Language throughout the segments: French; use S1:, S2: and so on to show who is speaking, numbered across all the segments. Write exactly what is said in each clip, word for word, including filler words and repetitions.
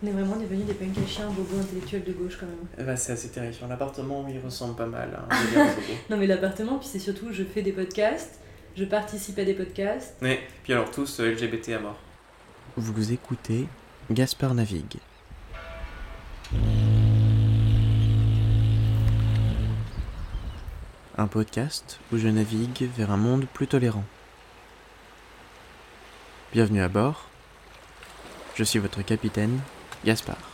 S1: On est vraiment devenus des punks à chiens, bobos intellectuels de gauche quand même.
S2: Eh ben, c'est assez terrifiant. L'appartement, il ressemble pas mal. Hein, je veux dire,
S1: non mais l'appartement, puis c'est surtout je fais des podcasts, je participe à des podcasts.
S2: Ouais, puis alors tous euh, L G B T à mort. Vous écoutez Gaspard Navigue. Un podcast où je navigue vers un monde plus tolérant. Bienvenue à bord. Je suis votre capitaine, Gaspard.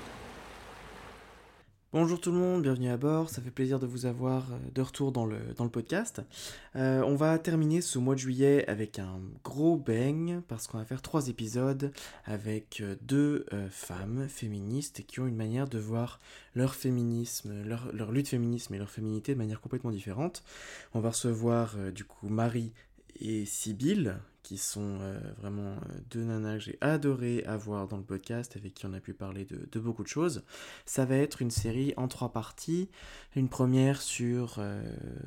S2: Bonjour tout le monde, bienvenue à bord, ça fait plaisir de vous avoir de retour dans le, dans le podcast. Euh, on va terminer ce mois de juillet avec un gros bang, parce qu'on va faire trois épisodes avec deux euh, femmes féministes qui ont une manière de voir leur féminisme, leur, leur lutte féminisme et leur féminité de manière complètement différente. On va recevoir euh, du coup Marie et Sybille, qui sont euh, vraiment euh, deux nanas que j'ai adoré avoir dans le podcast, avec qui on a pu parler de, de beaucoup de choses. Ça va être une série en trois parties. Une première sur euh,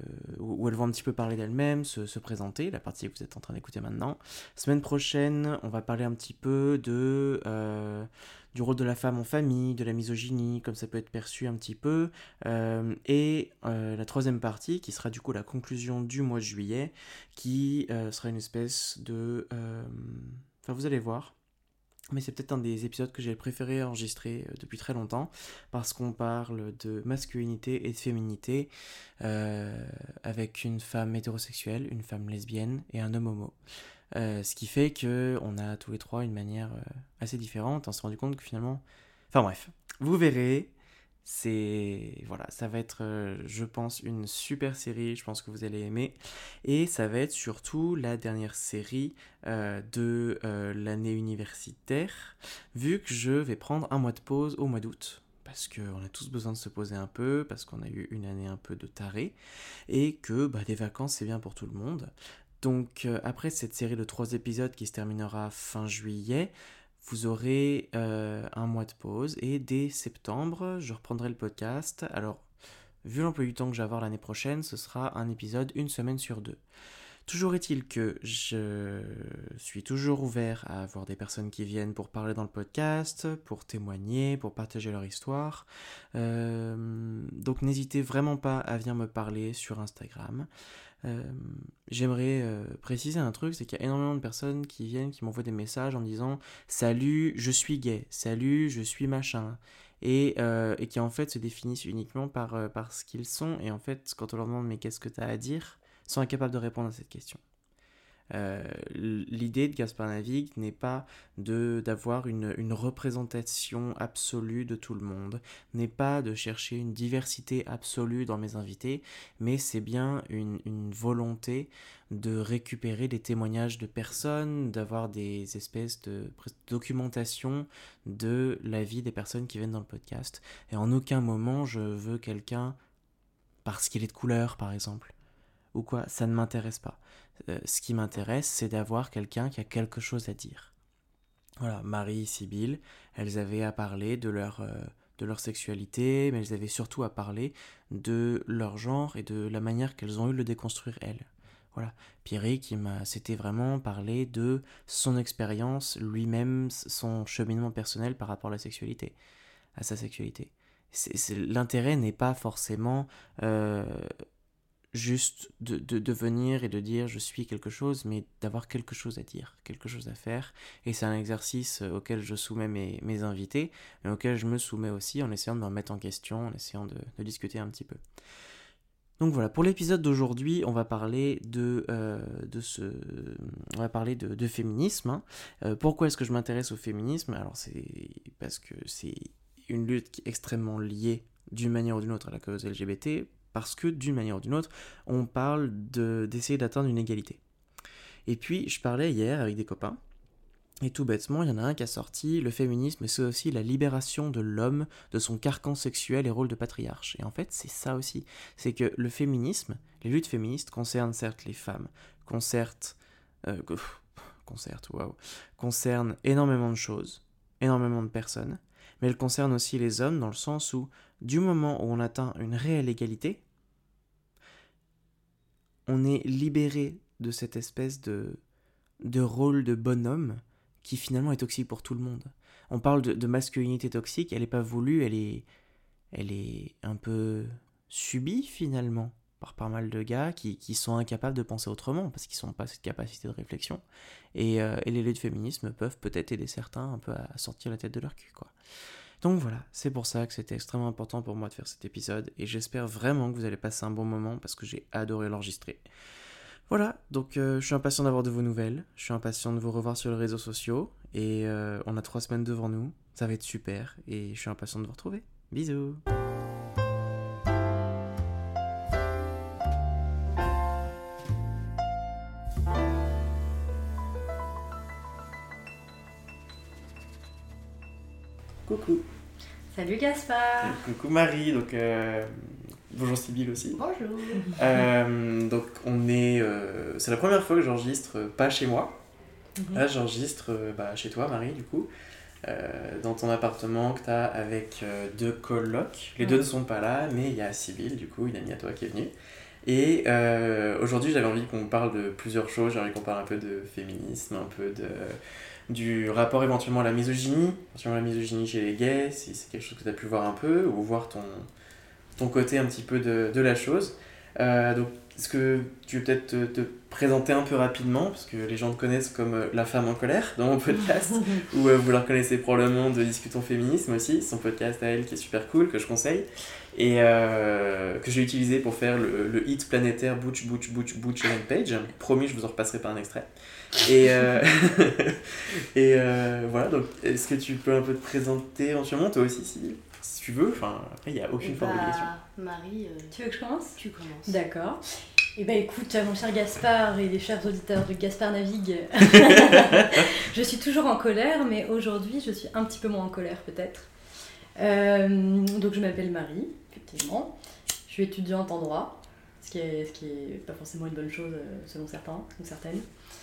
S2: où elles vont un petit peu parler d'elles-mêmes, se, se présenter, la partie que vous êtes en train d'écouter maintenant. Semaine prochaine, on va parler un petit peu de... Euh, du rôle de la femme en famille, de la misogynie, comme ça peut être perçu un petit peu. Euh, et euh, la troisième partie, qui sera du coup la conclusion du mois de juillet, qui euh, sera une espèce de... Euh... Enfin, vous allez voir. Mais c'est peut-être un des épisodes que j'ai préféré enregistrer euh, depuis très longtemps, parce qu'on parle de masculinité et de féminité euh, avec une femme hétérosexuelle, une femme lesbienne et un homme homo. Euh, ce qui fait qu'on a tous les trois une manière euh, assez différente. On s'est rendu compte que finalement... Enfin bref, vous verrez, c'est... Voilà, ça va être, euh, je pense, une super série, je pense que vous allez aimer. Et ça va être surtout la dernière série euh, de euh, l'année universitaire, vu que je vais prendre un mois de pause au mois d'août. Parce qu'on a tous besoin de se poser un peu, parce qu'on a eu une année un peu de taré, et que bah, des vacances c'est bien pour tout le monde. Donc euh, après cette série de trois épisodes qui se terminera fin juillet, vous aurez euh, un mois de pause et dès septembre, je reprendrai le podcast. Alors, vu l'emploi du temps que je vais avoir l'année prochaine, ce sera un épisode une semaine sur deux. Toujours est-il que je suis toujours ouvert à avoir des personnes qui viennent pour parler dans le podcast, pour témoigner, pour partager leur histoire. Euh, donc n'hésitez vraiment pas à venir me parler sur Instagram. Euh, j'aimerais euh, préciser un truc, c'est qu'il y a énormément de personnes qui viennent, qui m'envoient des messages en me disant « Salut, je suis gay »,« Salut, je suis machin », et, euh, et qui en fait se définissent uniquement par, euh, par ce qu'ils sont, et en fait, quand on leur demande « Mais qu'est-ce que tu as à dire ?», ils sont incapables de répondre à cette question. Euh, l'idée de Gaspard Navigue n'est pas de, d'avoir une, une représentation absolue de tout le monde, n'est pas de chercher une diversité absolue dans mes invités, mais c'est bien une, une volonté de récupérer des témoignages de personnes, d'avoir des espèces de documentation de la vie des personnes qui viennent dans le podcast. Et en aucun moment je veux quelqu'un parce qu'il est de couleur, par exemple, ou quoi, ça ne m'intéresse pas. Euh, ce qui m'intéresse, c'est d'avoir quelqu'un qui a quelque chose à dire. Voilà, Marie et Sybille, elles avaient à parler de leur, euh, de leur sexualité, mais elles avaient surtout à parler de leur genre et de la manière qu'elles ont eu de le déconstruire elles. Voilà, Pierrick, il m'a, c'était vraiment parler de son expérience, lui-même, son cheminement personnel par rapport à la sexualité, à sa sexualité. C'est, c'est, l'intérêt n'est pas forcément... Euh, juste de, de, de venir et de dire je suis quelque chose, mais d'avoir quelque chose à dire, quelque chose à faire. Et c'est un exercice auquel je soumets mes, mes invités, mais auquel je me soumets aussi en essayant de me remettre en question, en essayant de, de discuter un petit peu. Donc voilà, pour l'épisode d'aujourd'hui, on va parler de, euh, de ce, on va parler de, de féminisme. Hein. Euh, pourquoi est-ce que je m'intéresse au féminisme ? Alors c'est parce que c'est une lutte qui est extrêmement liée d'une manière ou d'une autre à la cause L G B T, parce que d'une manière ou d'une autre, on parle de, d'essayer d'atteindre une égalité. Et puis, je parlais hier avec des copains, et tout bêtement, il y en a un qui a sorti « Le féminisme, c'est aussi la libération de l'homme de son carcan sexuel et rôle de patriarche ». Et en fait, c'est ça aussi. C'est que le féminisme, les luttes féministes concernent certes les femmes, concernent... Euh, concernent, waouh, concernent énormément de choses, énormément de personnes, mais elles concernent aussi les hommes dans le sens où, du moment où on atteint une réelle égalité, on est libéré de cette espèce de, de rôle de bonhomme qui finalement est toxique pour tout le monde. on parle de, de masculinité toxique, elle n'est pas voulue, elle est, elle est un peu subie finalement par pas mal de gars qui, qui sont incapables de penser autrement parce qu'ils n'ont pas cette capacité de réflexion. Et, euh, et les luttes féminisme peuvent peut-être aider certains un peu à sortir la tête de leur cul, quoi. Donc voilà, c'est pour ça que c'était extrêmement important pour moi de faire cet épisode et j'espère vraiment que vous allez passer un bon moment parce que j'ai adoré l'enregistrer. Voilà, donc euh, je suis impatient d'avoir de vos nouvelles, je suis impatient de vous revoir sur les réseaux sociaux et euh, on a trois semaines devant nous, ça va être super et je suis impatient de vous retrouver. Bisous. Coucou.
S1: Salut Gaspard.
S2: Coucou Marie, donc euh, bonjour Sybille aussi.
S1: Bonjour.
S2: Euh, donc on est, euh, c'est la première fois que j'enregistre euh, pas chez moi.
S1: Mm-hmm.
S2: Là j'enregistre euh, bah, chez toi Marie du coup, euh, dans ton appartement que t'as avec euh, deux colocs. Les
S1: ouais.
S2: deux ne sont pas là, mais il y a Sybille du coup, une amie à toi qui est venue. Et euh, aujourd'hui j'avais envie qu'on parle de plusieurs choses, j'ai envie qu'on parle un peu de féminisme, un peu de... du rapport éventuellement à la misogynie, éventuellement à la misogynie chez les gays, si c'est quelque chose que tu as pu voir un peu, ou voir ton, ton côté un petit peu de, de la chose. Euh, donc, est-ce que tu veux peut-être te, te présenter un peu rapidement, parce que les gens te connaissent comme euh, la femme en colère dans mon podcast, ou euh, vous la reconnaissez probablement de Discutons Féminisme aussi, son podcast à elle qui est super cool, que je conseille, et euh, que j'ai utilisé pour faire le, le hit planétaire Butch, Butch, Butch, Butch Rampage. Promis, je vous en repasserai par un extrait. Et, euh... et euh, voilà, donc est-ce que tu peux un peu te présenter éventuellement, toi aussi, si, si tu veux. Enfin, après, il n'y a aucune
S3: et
S2: forme
S3: bah,
S2: d'obligation.
S3: Marie, euh,
S1: Tu veux que je commence ?
S3: tu commences.
S1: D'accord. Eh ben écoute, mon cher Gaspard et les chers auditeurs de Gaspard Navigue, je suis toujours en colère, mais aujourd'hui je suis un petit peu moins en colère peut-être. Euh, donc je m'appelle Marie, effectivement. Je suis étudiante en droit, ce qui est, ce qui est pas forcément une bonne chose euh, selon certains ou certaines.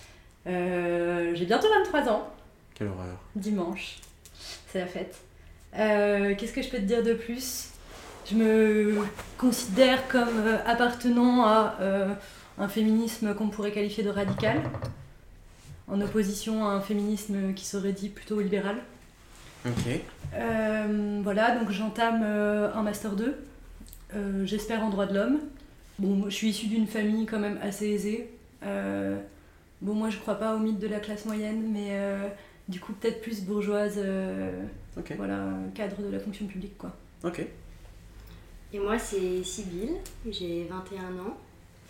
S1: Euh, j'ai bientôt vingt-trois ans.
S2: Quelle horreur.
S1: Dimanche, c'est la fête. Euh, qu'est-ce que je peux te dire de plus ? Je me considère comme euh, appartenant à euh, un féminisme qu'on pourrait qualifier de radical, en opposition à un féminisme qui serait dit plutôt libéral.
S2: Ok.
S1: Euh, voilà, donc j'entame euh, un master deux, euh, j'espère en droit de l'homme. Bon, je suis issue d'une famille quand même assez aisée. Euh, bon, moi je crois pas au mythe de la classe moyenne, mais euh, du coup peut-être plus bourgeoise, euh,
S2: Ok.
S1: voilà, cadre de la fonction publique quoi.
S2: Ok.
S3: Et moi, c'est Sybille, j'ai vingt et un ans.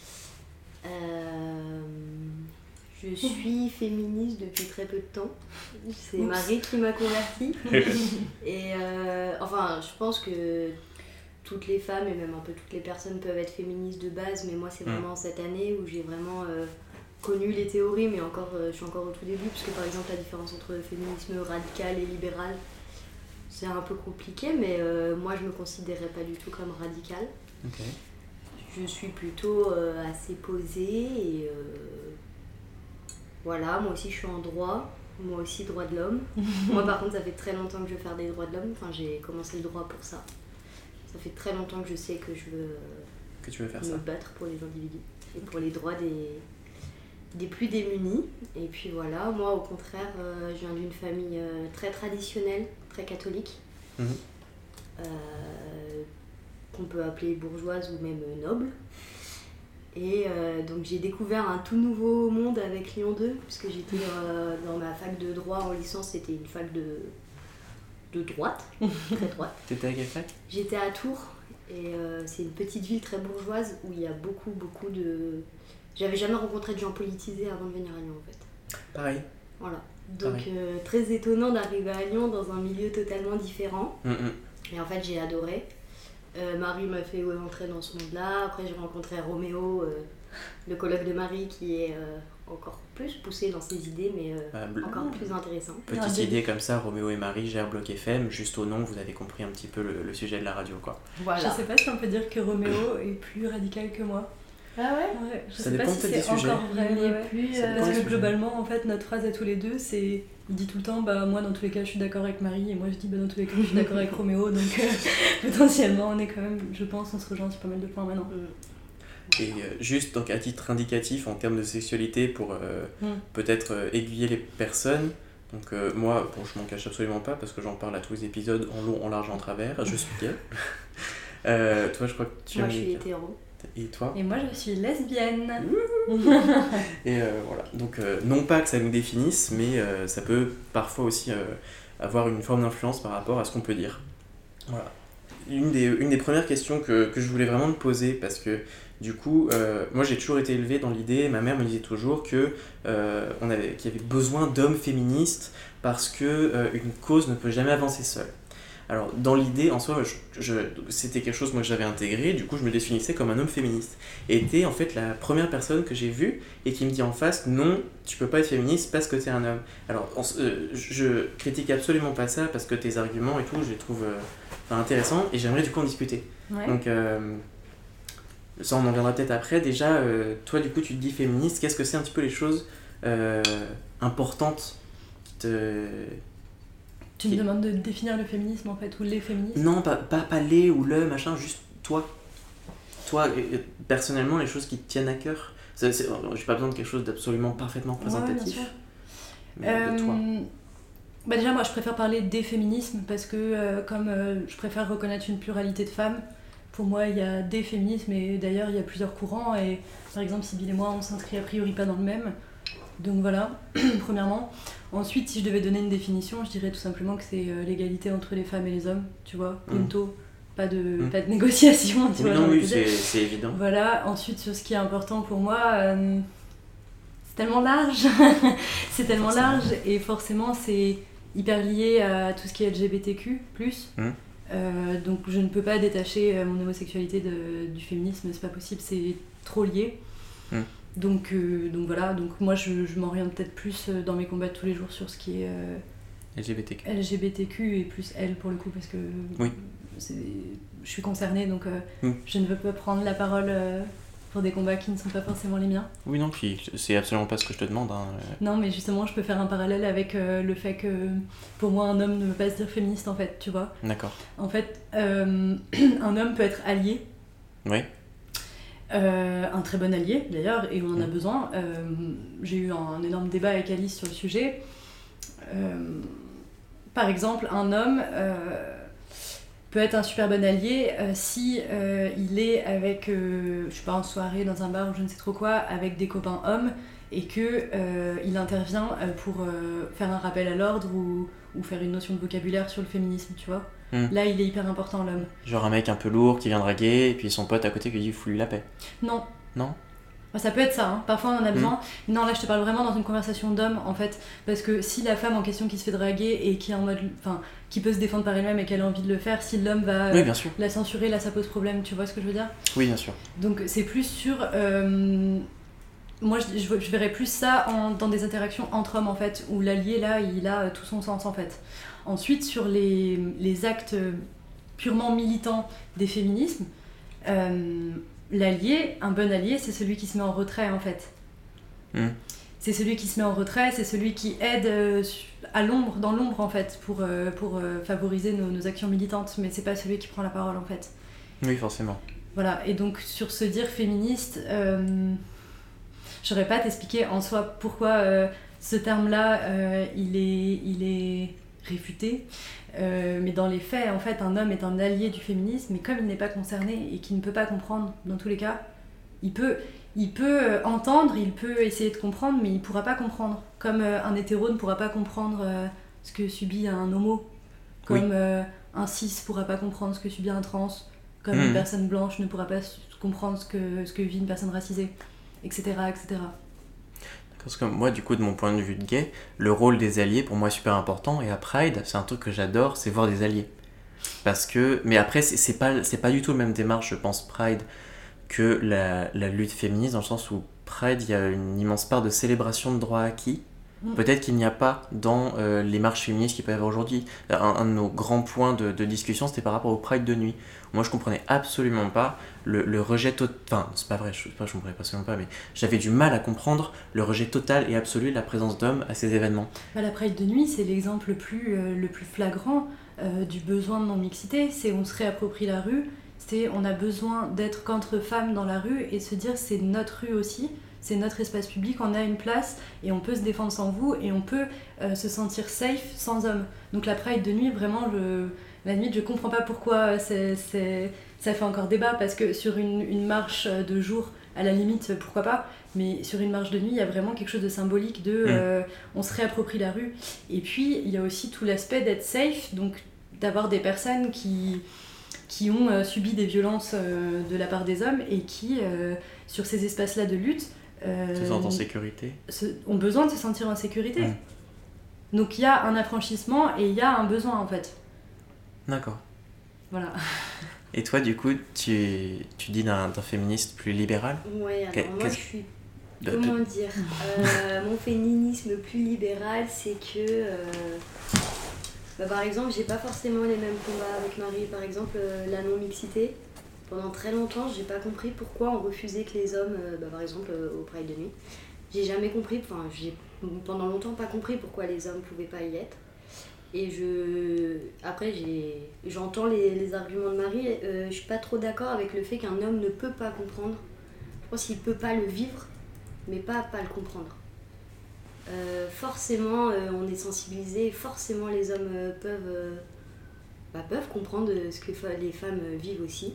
S3: Euh, je suis féministe depuis très peu de temps. C'est
S1: Oups.
S3: Marie qui m'a convertie. Et euh, enfin, je pense que toutes les femmes et même un peu toutes les personnes peuvent être féministes de base, mais moi, c'est vraiment cette année où j'ai vraiment euh, connu les théories, mais encore, euh, je suis encore au tout début, parce que par exemple, la différence entre féminisme radical et libéral, c'est un peu compliqué, mais euh, moi je me considérais pas du tout comme radicale.
S2: Ok.
S3: Je suis plutôt euh, assez posée et euh, voilà, moi aussi je suis en droit, moi aussi droit de l'homme. Moi par contre ça fait très longtemps que je veux faire des droits de l'homme, enfin j'ai commencé le droit pour ça. Ça fait très longtemps que je sais que je veux euh,
S2: Que tu veux faire
S3: me
S2: ça.
S3: battre pour les individus et pour les droits des, des plus démunis. Et puis voilà, moi au contraire euh, je viens d'une famille euh, très traditionnelle, très catholique,
S2: Mhm.
S3: euh, qu'on peut appeler bourgeoise ou même noble. Et euh, donc j'ai découvert un tout nouveau monde avec Lyon deux, puisque j'étais euh, dans ma fac de droit en licence, c'était une fac de, de droite, très droite.
S2: T'étais à quelle fac ?
S3: J'étais à Tours, et euh, c'est une petite ville très bourgeoise où il y a beaucoup, beaucoup de... J'avais jamais rencontré de gens politisés avant de venir à Lyon en fait.
S2: Pareil.
S3: Voilà. Donc euh, très étonnant d'arriver à Lyon dans un milieu totalement différent.
S2: Mm-mm.
S3: Et en fait j'ai adoré. Euh, Marie m'a fait entrer dans ce monde-là. Après j'ai rencontré Roméo, euh, le coloc de Marie, qui est euh, encore plus poussé dans ses idées, mais euh,
S2: Bah, bl-
S3: encore plus intéressant.
S2: Petite
S1: Ah,
S2: idée comme ça, Roméo et Marie gèrent Bloc F M, juste au nom, vous avez compris un petit peu le, le sujet de la radio, quoi.
S3: Voilà.
S1: Je sais pas si on peut dire que Roméo est plus radical que moi.
S3: Ah ouais.
S1: Ouais, je
S2: Ça
S1: sais pas
S2: dépend
S1: si
S2: peut-être
S1: c'est
S2: des sujets.
S1: encore vrai.
S3: Il
S1: ouais,
S3: est
S1: ouais.
S3: plus.
S2: Ça
S3: euh,
S2: dépend
S1: Parce
S2: des
S1: que
S2: sujets.
S1: globalement, en fait, notre phrase à tous les deux, c'est il dit tout le temps, bah moi dans tous les cas je suis d'accord avec Marie, et moi je dis bah dans tous les cas je suis d'accord avec Roméo, donc euh, potentiellement on est quand même, je pense, on se rejoint sur pas mal de points maintenant.
S3: Mm.
S2: Et euh, juste donc à titre indicatif en termes de sexualité pour euh,
S1: Mm.
S2: peut-être euh, aiguiller les personnes, Donc euh, moi, bon, je m'en cache absolument pas parce que j'en parle à tous les épisodes en long, en large, en travers. Je suis gay. euh, toi, je crois que tu
S3: Moi,
S2: es
S3: je suis hétéro.
S2: Et toi?
S1: Et moi, je suis lesbienne.
S2: Et euh, voilà. Donc euh, non pas que ça nous définisse, mais euh, ça peut parfois aussi euh, avoir une forme d'influence par rapport à ce qu'on peut dire. Voilà. Une des, une des premières questions que, que je voulais vraiment te poser, parce que du coup, euh, moi j'ai toujours été élevé dans l'idée, ma mère me disait toujours que euh, on avait, qu'il y avait besoin d'hommes féministes parce que euh, une cause ne peut jamais avancer seule. Alors dans l'idée, en soi, je, je, c'était quelque chose moi, que j'avais intégré, du coup je me définissais comme un homme féministe. Et t'es en fait la première personne que j'ai vue et qui me dit en face, non, tu peux pas être féministe parce que t'es un homme. Alors on, euh, je critique absolument pas ça parce que tes arguments et tout, je les trouve euh, enfin, intéressants et j'aimerais du coup en discuter.
S1: Ouais.
S2: Donc euh, ça on en viendra peut-être après. Déjà, euh, toi du coup tu te dis féministe, qu'est-ce que c'est un petit peu les choses euh, importantes qui te...
S1: Tu me demandes de définir le féminisme en fait, ou les féministes?
S2: Non, pas, pas, pas les ou le machin, juste toi. Toi, euh, personnellement, les choses qui te tiennent à cœur. C'est, c'est, j'ai pas besoin de quelque chose d'absolument parfaitement représentatif.
S1: Ouais,
S2: mais
S1: euh,
S2: de toi.
S1: Bah déjà, moi je préfère parler des féminismes parce que euh, comme euh, je préfère reconnaître une pluralité de femmes, pour moi il y a des féminismes et d'ailleurs il y a plusieurs courants et par exemple Sybille et moi on s'inscrit a priori pas dans le même. Donc voilà, premièrement. Ensuite, si je devais donner une définition, je dirais tout simplement que c'est euh, l'égalité entre les femmes et les hommes, tu vois, punto, mmh. pas, de, mmh. pas de négociation, tu
S2: oui,
S1: vois.
S2: Non, oui, c'est, c'est évident.
S1: Voilà, ensuite sur ce qui est important pour moi, euh, c'est tellement large, c'est tellement forcément. large et forcément c'est hyper lié à tout ce qui est L G B T Q plus. Mmh. Euh, donc je ne peux pas détacher mon homosexualité de, du féminisme, c'est pas possible, c'est trop lié. Mmh. Donc, euh, donc voilà, donc moi je, je m'oriente peut-être plus dans mes combats de tous les jours sur ce qui est euh,
S2: L G B T Q.
S1: L G B T Q et plus L pour le coup parce que
S2: oui.
S1: c'est, je suis concernée donc euh,
S2: mm.
S1: je ne veux pas prendre la parole euh, pour des combats qui ne sont pas forcément les miens.
S2: Oui non, puis c'est absolument pas ce que je te demande. Hein.
S1: Non mais justement je peux faire un parallèle avec euh, le fait que pour moi un homme ne veut pas se dire féministe en fait, tu vois.
S2: D'accord.
S1: En fait euh, un homme peut être allié.
S2: Oui.
S1: Euh, un très bon allié d'ailleurs et on en a besoin. Euh, j'ai eu un énorme débat avec Alice sur le sujet. Euh, par exemple, un homme euh, peut être un super bon allié euh, si euh, il est avec, euh, je sais pas, en soirée dans un bar ou je ne sais trop quoi, avec des copains hommes et que euh, il intervient pour euh, faire un rappel à l'ordre ou, ou faire une notion de vocabulaire sur le féminisme, tu vois. Mmh. Là, il est hyper important, l'homme.
S2: Genre un mec un peu lourd qui vient draguer et puis son pote à côté qui dit « fout-lui la paix ».
S1: Non.
S2: Non.
S1: Bah, ça peut être ça, hein. Parfois on en a besoin. Mmh. Non, là je te parle vraiment dans une conversation d'homme en fait. Parce que si la femme en question qui se fait draguer et qui est en mode, enfin, qui peut se défendre par elle-même et qu'elle a envie de le faire, si l'homme va
S2: oui,
S1: euh, la censurer, là ça pose problème, tu vois ce que je veux dire?
S2: Oui, bien sûr.
S1: Donc c'est plus sur... Euh, moi je, je, je verrais plus ça en, dans des interactions entre hommes en fait, où l'allié là il a tout son sens en fait. Ensuite sur les, les actes purement militants des féminismes, euh, l'allié, un bon allié, c'est celui qui se met en retrait en fait. Mmh. C'est celui qui se met en retrait, c'est celui qui aide euh, à l'ombre, dans l'ombre en fait, pour, euh, pour euh, favoriser nos, nos actions militantes, mais c'est pas celui qui prend la parole en fait.
S2: Oui, forcément.
S1: Voilà, et donc sur ce dire féministe, euh, j'aurais pas à t'expliquer en soi pourquoi euh, ce terme-là, euh, il est, il est réfuté. Euh, mais dans les faits, en fait, un homme est un allié du féminisme, mais comme il n'est pas concerné et qu'il ne peut pas comprendre, dans tous les cas, il peut, il peut entendre, il peut essayer de comprendre, mais il ne pourra pas comprendre. Comme euh, un hétéro ne pourra pas comprendre euh, ce que subit un homo, comme oui. euh, un cis ne pourra pas comprendre ce que subit un trans, comme mmh. une personne blanche ne pourra pas comprendre ce que, ce que vit une personne racisée, et cetera, et cetera.
S2: Parce que moi, du coup, de mon point de vue de gay, le rôle des alliés, pour moi, est super important. Et à Pride, c'est un truc que j'adore, c'est voir des alliés. Parce que... Mais après, c'est, c'est, pas, c'est pas du tout la même démarche, je pense, Pride, que la, la lutte féministe, dans le sens où Pride, il y a une immense part de célébration de droits acquis. Mmh. Peut-être qu'il n'y a pas dans euh, les marches féministes qu'il peut y avoir aujourd'hui. Un, un de nos grands points de, de discussion, c'était par rapport au Pride de nuit. Moi, je comprenais absolument pas le, le rejet total... Enfin, c'est pas vrai, je, pas, je comprenais absolument pas, mais j'avais du mal à comprendre le rejet total et absolu de la présence d'hommes à ces événements.
S1: Bah, la Pride de nuit, c'est l'exemple le plus, euh, le plus flagrant euh, du besoin de non-mixité. C'est on se réapproprie la rue, c'est on a besoin d'être qu'entre femmes dans la rue et se dire c'est notre rue aussi. c'est notre espace public, on a une place et on peut se défendre sans vous et on peut euh, se sentir safe sans hommes. Donc la Pride de nuit, vraiment, je, la limite, je comprends pas pourquoi c'est, c'est, ça fait encore débat, parce que sur une, une marche de jour, à la limite, pourquoi pas, mais sur une marche de nuit, il y a vraiment quelque chose de symbolique de euh, on se réapproprie la rue. Et puis, il y a aussi tout l'aspect d'être safe, donc d'avoir des personnes qui, qui ont euh, subi des violences euh, de la part des hommes et qui, euh, sur ces espaces-là de lutte, euh,
S2: se sentent en sécurité.
S1: Se, ont besoin de se sentir en sécurité.
S2: Mmh.
S1: Donc il y a un affranchissement et il y a un besoin en fait.
S2: D'accord.
S1: Voilà.
S2: Et toi, du coup, tu, tu dis d'un, d'un féministe plus libéral ?
S3: Ouais, alors
S2: Qu'est-
S3: moi
S2: qu'est-ce-
S3: je suis...
S2: de-
S3: Comment
S2: de-
S3: dire euh, Mon féminisme plus libéral, c'est que... Euh, bah, par exemple, j'ai pas forcément les mêmes combats avec Marie. Par exemple, euh, la non-mixité. Pendant très longtemps, j'ai pas compris pourquoi on refusait que les hommes, euh, bah, par exemple, euh, au Pride de nuit, j'ai jamais compris, enfin, j'ai pendant longtemps pas compris pourquoi les hommes pouvaient pas y être. Et je... Après, j'ai... j'entends les, les arguments de Marie, euh, je suis pas trop d'accord avec le fait qu'un homme ne peut pas comprendre. Je pense qu'il peut pas le vivre, mais pas pas le comprendre. Euh, forcément, euh, on est sensibilisé, forcément les hommes euh, peuvent, euh, bah, peuvent comprendre ce que fa- les femmes euh, vivent aussi.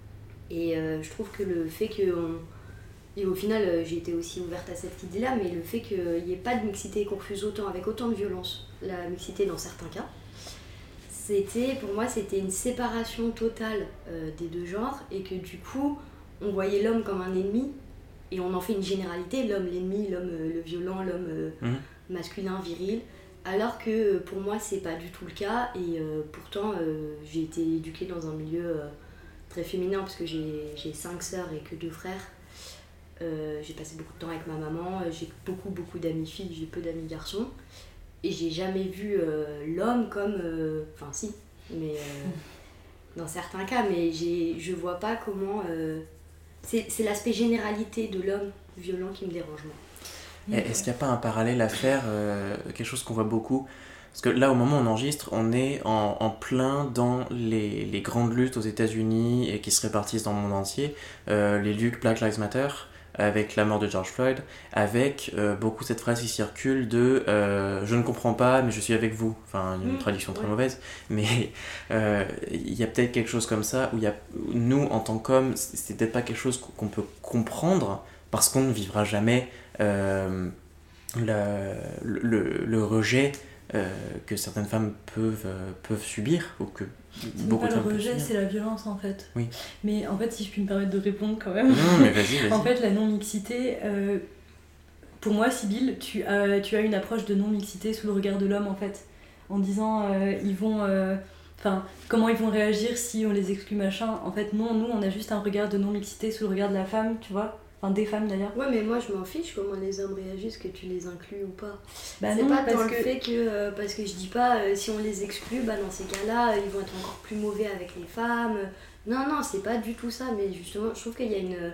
S3: Et euh, je trouve que le fait que... On... Et au final, euh, j'ai été aussi ouverte à cette idée-là, mais le fait qu'il n'y ait pas de mixité, qu'on refuse autant, avec autant de violence, la mixité dans certains cas, c'était, pour moi, c'était une séparation totale euh, des deux genres, et que du coup, on voyait l'homme comme un ennemi, et on en fait une généralité, l'homme l'ennemi, l'homme euh, le violent, l'homme euh, mmh. masculin, viril, alors que euh, pour moi, c'est pas du tout le cas, et euh, pourtant, euh, j'ai été éduquée dans un milieu euh, très féminin, parce que j'ai, j'ai cinq sœurs et que deux frères. Euh, j'ai passé beaucoup de temps avec ma maman, j'ai beaucoup beaucoup d'amis filles, j'ai peu d'amis garçons, et j'ai jamais vu euh, l'homme comme... euh, Enfin si, mais euh, dans certains cas, mais j'ai, je vois pas comment... Euh, c'est, c'est l'aspect généralité de l'homme violent qui me dérange moi.
S2: Et est-ce qu'il n'y a pas un parallèle à faire, euh, quelque chose qu'on voit beaucoup ? Parce que là, au moment où on enregistre, on est en, en plein dans les, les grandes luttes aux États-Unis et qui se répartissent dans le monde entier, euh, les luttes Black Lives Matter, avec la mort de George Floyd, avec euh, beaucoup cette phrase qui circule de euh, « je ne comprends pas, mais je suis avec vous ». Enfin, une mmh, traduction très ouais. mauvaise, mais il euh, y a peut-être quelque chose comme ça, où y a, nous, en tant qu'hommes, c'est peut-être pas quelque chose qu'on peut comprendre, parce qu'on ne vivra jamais euh, le, le, le rejet euh, que certaines femmes peuvent, euh, peuvent subir, ou que
S1: c'est pas le rejet, c'est la violence en fait.
S2: Oui.
S1: Mais en fait, si je puis me permettre de répondre quand même.
S2: Non, mais vas-y, vas-y.
S1: En fait, la non-mixité, euh, pour moi, Sybille, tu as, tu as une approche de non-mixité sous le regard de l'homme en fait. En disant, euh, ils vont. Enfin, euh, comment ils vont réagir si on les exclut, machin. En fait, non, nous, on a juste un regard de non-mixité sous le regard de la femme, tu vois. Enfin, des femmes d'ailleurs.
S3: Ouais, mais moi je m'en fiche comment les hommes réagissent, que tu les inclus ou pas.
S1: Bah
S3: c'est
S1: non,
S3: pas
S1: parce
S3: dans
S1: que...
S3: le fait que. Euh, parce que je dis pas, euh, si on les exclut, bah dans ces cas-là, ils vont être encore plus mauvais avec les femmes. Non, non, c'est pas du tout ça, mais justement, je trouve qu'il y a une,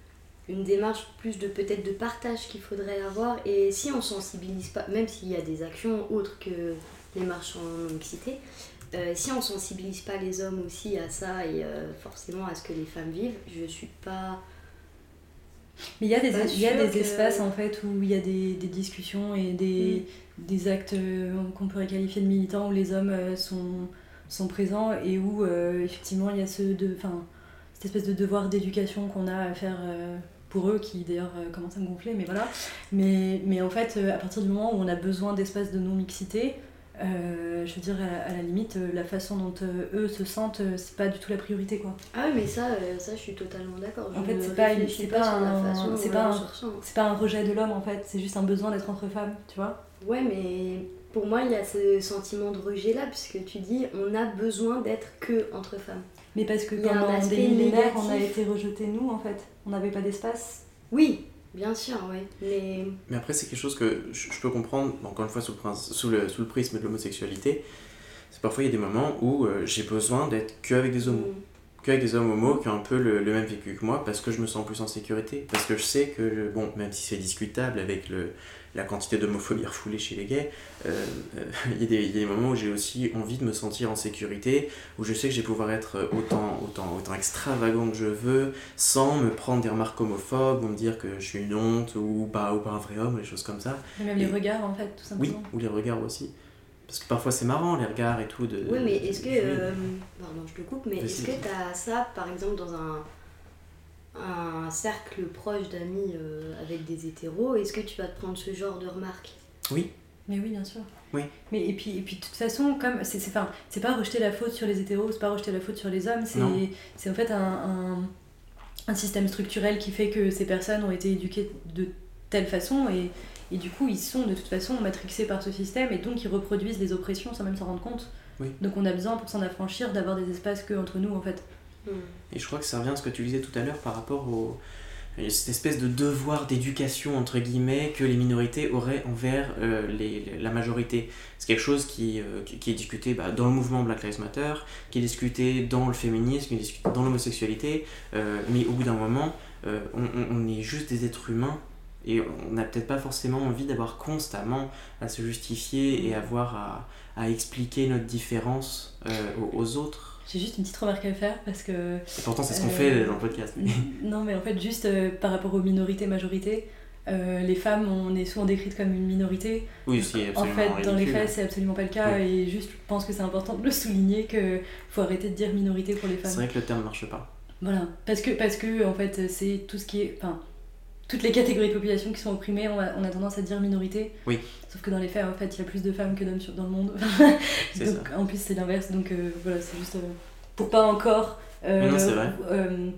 S3: une démarche plus de peut-être de partage qu'il faudrait avoir. Et si on sensibilise pas, même s'il y a des actions autres que les marches en mixité, euh, si on sensibilise pas les hommes aussi à ça et euh, forcément à ce que les femmes vivent, je suis pas.
S1: Mais il y a des, il y a des
S3: que...
S1: espaces en fait où il y a des, des discussions et des, mmh. des actes euh, qu'on pourrait qualifier de militants où les hommes euh, sont, sont présents et où euh, effectivement il y a ce de, cette espèce de devoir d'éducation qu'on a à faire euh, pour eux qui d'ailleurs euh, commence à me gonfler, mais voilà. Mais, mais en fait, euh, à partir du moment où on a besoin d'espaces de non-mixité, Euh, je veux dire, à, à la limite, la façon dont euh, eux se sentent, euh, c'est pas du tout la priorité, quoi.
S3: Ah oui, mais ça, euh, ça je suis totalement d'accord. Je
S1: en fait, c'est pas, une, c'est pas, un, c'est, pas un, c'est pas un rejet de l'homme, en fait. C'est juste un besoin d'être entre femmes, tu vois.
S3: Ouais, mais pour moi, il y a ce sentiment de rejet-là, puisque tu dis, on a besoin d'être que entre femmes.
S1: Mais parce que pendant des millénaires, on a été rejetés, nous, en fait. On n'avait pas d'espace.
S3: Oui. Bien sûr, oui. Mais...
S2: mais après, c'est quelque chose que je, je peux comprendre, encore une fois, sous le, prince, sous le, sous le prisme de l'homosexualité. C'est parfois, il y a des moments où euh, j'ai besoin d'être qu'avec des homos. Mm. Qu'avec des hommes homos qui ont un peu le, le même vécu que moi, parce que je me sens plus en sécurité. Parce que je sais que, bon, même si c'est discutable avec le, la quantité d'homophobie refoulée chez les gays, il euh, euh, y, y a des moments où j'ai aussi envie de me sentir en sécurité, où je sais que je vais pouvoir être autant, autant, autant extravagant que je veux, sans me prendre des remarques homophobes, ou me dire que je suis une honte, ou pas, ou pas un vrai homme, ou des choses comme ça.
S1: Et même
S2: et...
S1: les regards, en fait, tout simplement.
S2: Oui, ou les regards aussi. Parce que parfois c'est marrant, les regards et tout. De,
S3: oui, mais est-ce que...
S2: de...
S3: Euh, pardon, je te coupe, mais
S2: Vas-y,
S3: est-ce que tu as ça, par exemple, dans un, un cercle proche d'amis euh, avec des hétéros, est-ce que tu vas te prendre ce genre de remarques?
S2: Oui.
S1: Mais oui, bien sûr.
S2: Oui.
S1: Mais et puis, et puis de toute façon, comme c'est, c'est, enfin, c'est pas rejeter la faute sur les hétéros, c'est pas rejeter la faute sur les hommes, c'est, c'est en fait un, un, un système structurel qui fait que ces personnes ont été éduquées de telle façon et... Et du coup, ils sont de toute façon matrixés par ce système et donc ils reproduisent les oppressions sans même s'en rendre compte.
S2: Oui.
S1: Donc on a besoin, pour s'en affranchir, d'avoir des espaces que entre nous, en fait.
S2: Et je crois que ça revient à ce que tu disais tout à l'heure par rapport au... cette espèce de devoir d'éducation, entre guillemets, que les minorités auraient envers euh, les, la majorité. C'est quelque chose qui, euh, qui est discuté bah, dans le mouvement Black Lives Matter, qui est discuté dans le féminisme, qui est discuté dans l'homosexualité, euh, mais au bout d'un moment, euh, on, on est juste des êtres humains. Et on n'a peut-être pas forcément envie d'avoir constamment à se justifier et avoir à, à expliquer notre différence euh, aux, aux autres.
S1: J'ai juste une petite remarque à faire parce que...
S2: Et pourtant c'est ce qu'on
S1: euh,
S2: fait dans le podcast.
S1: Non mais en fait juste euh, par rapport aux minorités-majorités, euh, les femmes on est souvent décrites comme une minorité.
S2: Oui, c'est absolument
S1: En fait
S2: ridicule.
S1: Dans les faits c'est absolument pas le cas
S2: oui.
S1: Et juste je pense que c'est important de le souligner qu'il faut arrêter de dire minorité pour les femmes.
S2: C'est vrai que le terme marche pas.
S1: Voilà, parce que, parce que en fait c'est tout ce qui est... Enfin, toutes les catégories de population qui sont opprimées, on a, on a tendance à dire minorité.
S2: Oui.
S1: Sauf que dans les faits, en fait, il y a plus de femmes que d'hommes sur, dans le monde.
S2: C'est
S1: donc,
S2: ça.
S1: En plus, c'est l'inverse. Donc euh, voilà, c'est juste euh, pour pas encore euh,
S2: non, c'est vrai.
S1: Euh,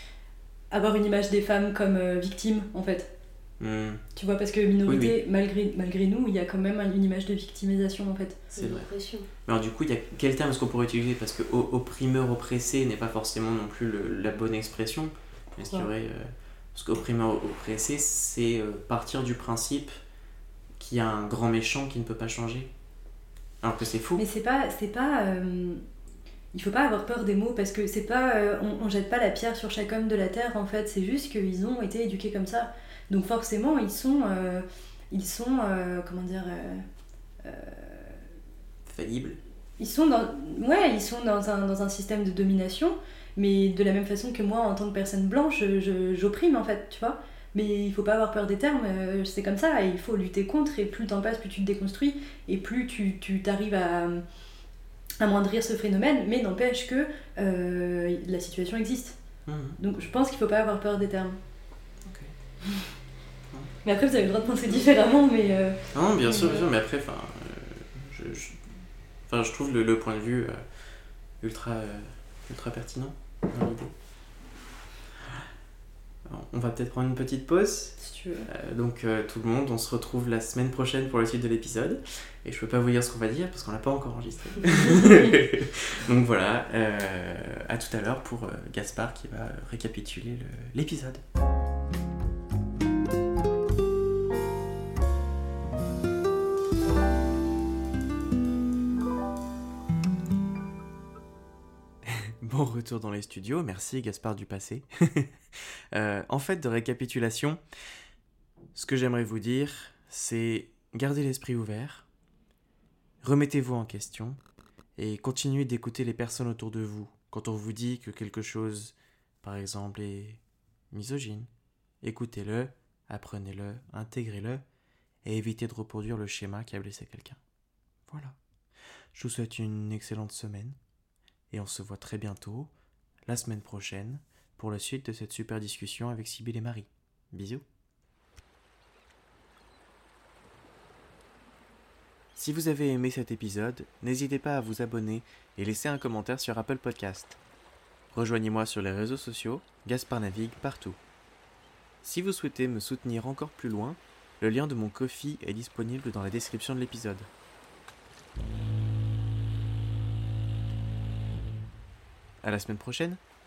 S1: avoir une image des femmes comme euh, victimes, en fait.
S2: Mm.
S1: Tu vois, parce que minorité,
S2: oui, oui.
S1: Malgré, malgré nous, il y a quand même une image de victimisation, en fait.
S2: C'est vrai. Mais alors du coup, il y a quel terme est-ce qu'on pourrait utiliser? Parce que opprimeur, oppressé n'est pas forcément non plus le, la bonne expression. Est-ce qu'il y aurait... Euh... Parce qu'opprimeur, oppressé, c'est partir du principe qu'il y a un grand méchant qui ne peut pas changer. Alors que c'est faux.
S1: Mais c'est pas... C'est pas euh... Il faut pas avoir peur des mots parce que c'est pas... Euh, on, on jette pas la pierre sur chaque homme de la terre, en fait. C'est juste qu'ils ont été éduqués comme ça. Donc forcément, ils sont... Euh, ils sont... Euh, comment dire... Euh, euh...
S2: Faillibles.
S1: Ils sont dans... Ouais, ils sont dans un, dans un système de domination. Mais de la même façon que moi, en tant que personne blanche, je, j'opprime en fait, tu vois. Mais il faut pas avoir peur des termes, euh, c'est comme ça, et il faut lutter contre, et plus le temps passe, plus tu te déconstruis, et plus tu, tu t'arrives à amoindrir ce phénomène, mais n'empêche que euh, la situation existe. Mmh. Donc je pense qu'il faut pas avoir peur des termes.
S2: Ok.
S1: Mais après, vous avez le droit de penser différemment, mais... Euh,
S2: non, bien sûr, bien sûr, mais après, enfin, euh, je, je, je trouve le, le point de vue euh, ultra, euh, ultra pertinent. Dans l'idée. Alors, on va peut-être prendre une petite pause.
S1: Si tu veux. Euh,
S2: donc euh, tout le monde, on se retrouve la semaine prochaine pour la suite de l'épisode. Et je peux pas vous dire ce qu'on va dire parce qu'on l'a pas encore enregistré. Donc voilà, euh, à tout à l'heure pour euh, Gaspard qui va récapituler le, l'épisode. Bon retour dans les studios, merci Gaspard du passé. euh, en fait, de récapitulation, ce que j'aimerais vous dire, c'est gardez l'esprit ouvert, remettez-vous en question et continuez d'écouter les personnes autour de vous. Quand on vous dit que quelque chose, par exemple, est misogyne, écoutez-le, apprenez-le, intégrez-le et évitez de reproduire le schéma qui a blessé quelqu'un. Voilà. Je vous souhaite une excellente semaine. Et on se voit très bientôt, la semaine prochaine, pour la suite de cette super discussion avec Sybille et Marie. Bisous. Si vous avez aimé cet épisode, n'hésitez pas à vous abonner et laisser un commentaire sur Apple Podcast. Rejoignez-moi sur les réseaux sociaux, Gaspard navigue partout. Si vous souhaitez me soutenir encore plus loin, le lien de mon Ko-fi est disponible dans la description de l'épisode. À la semaine prochaine.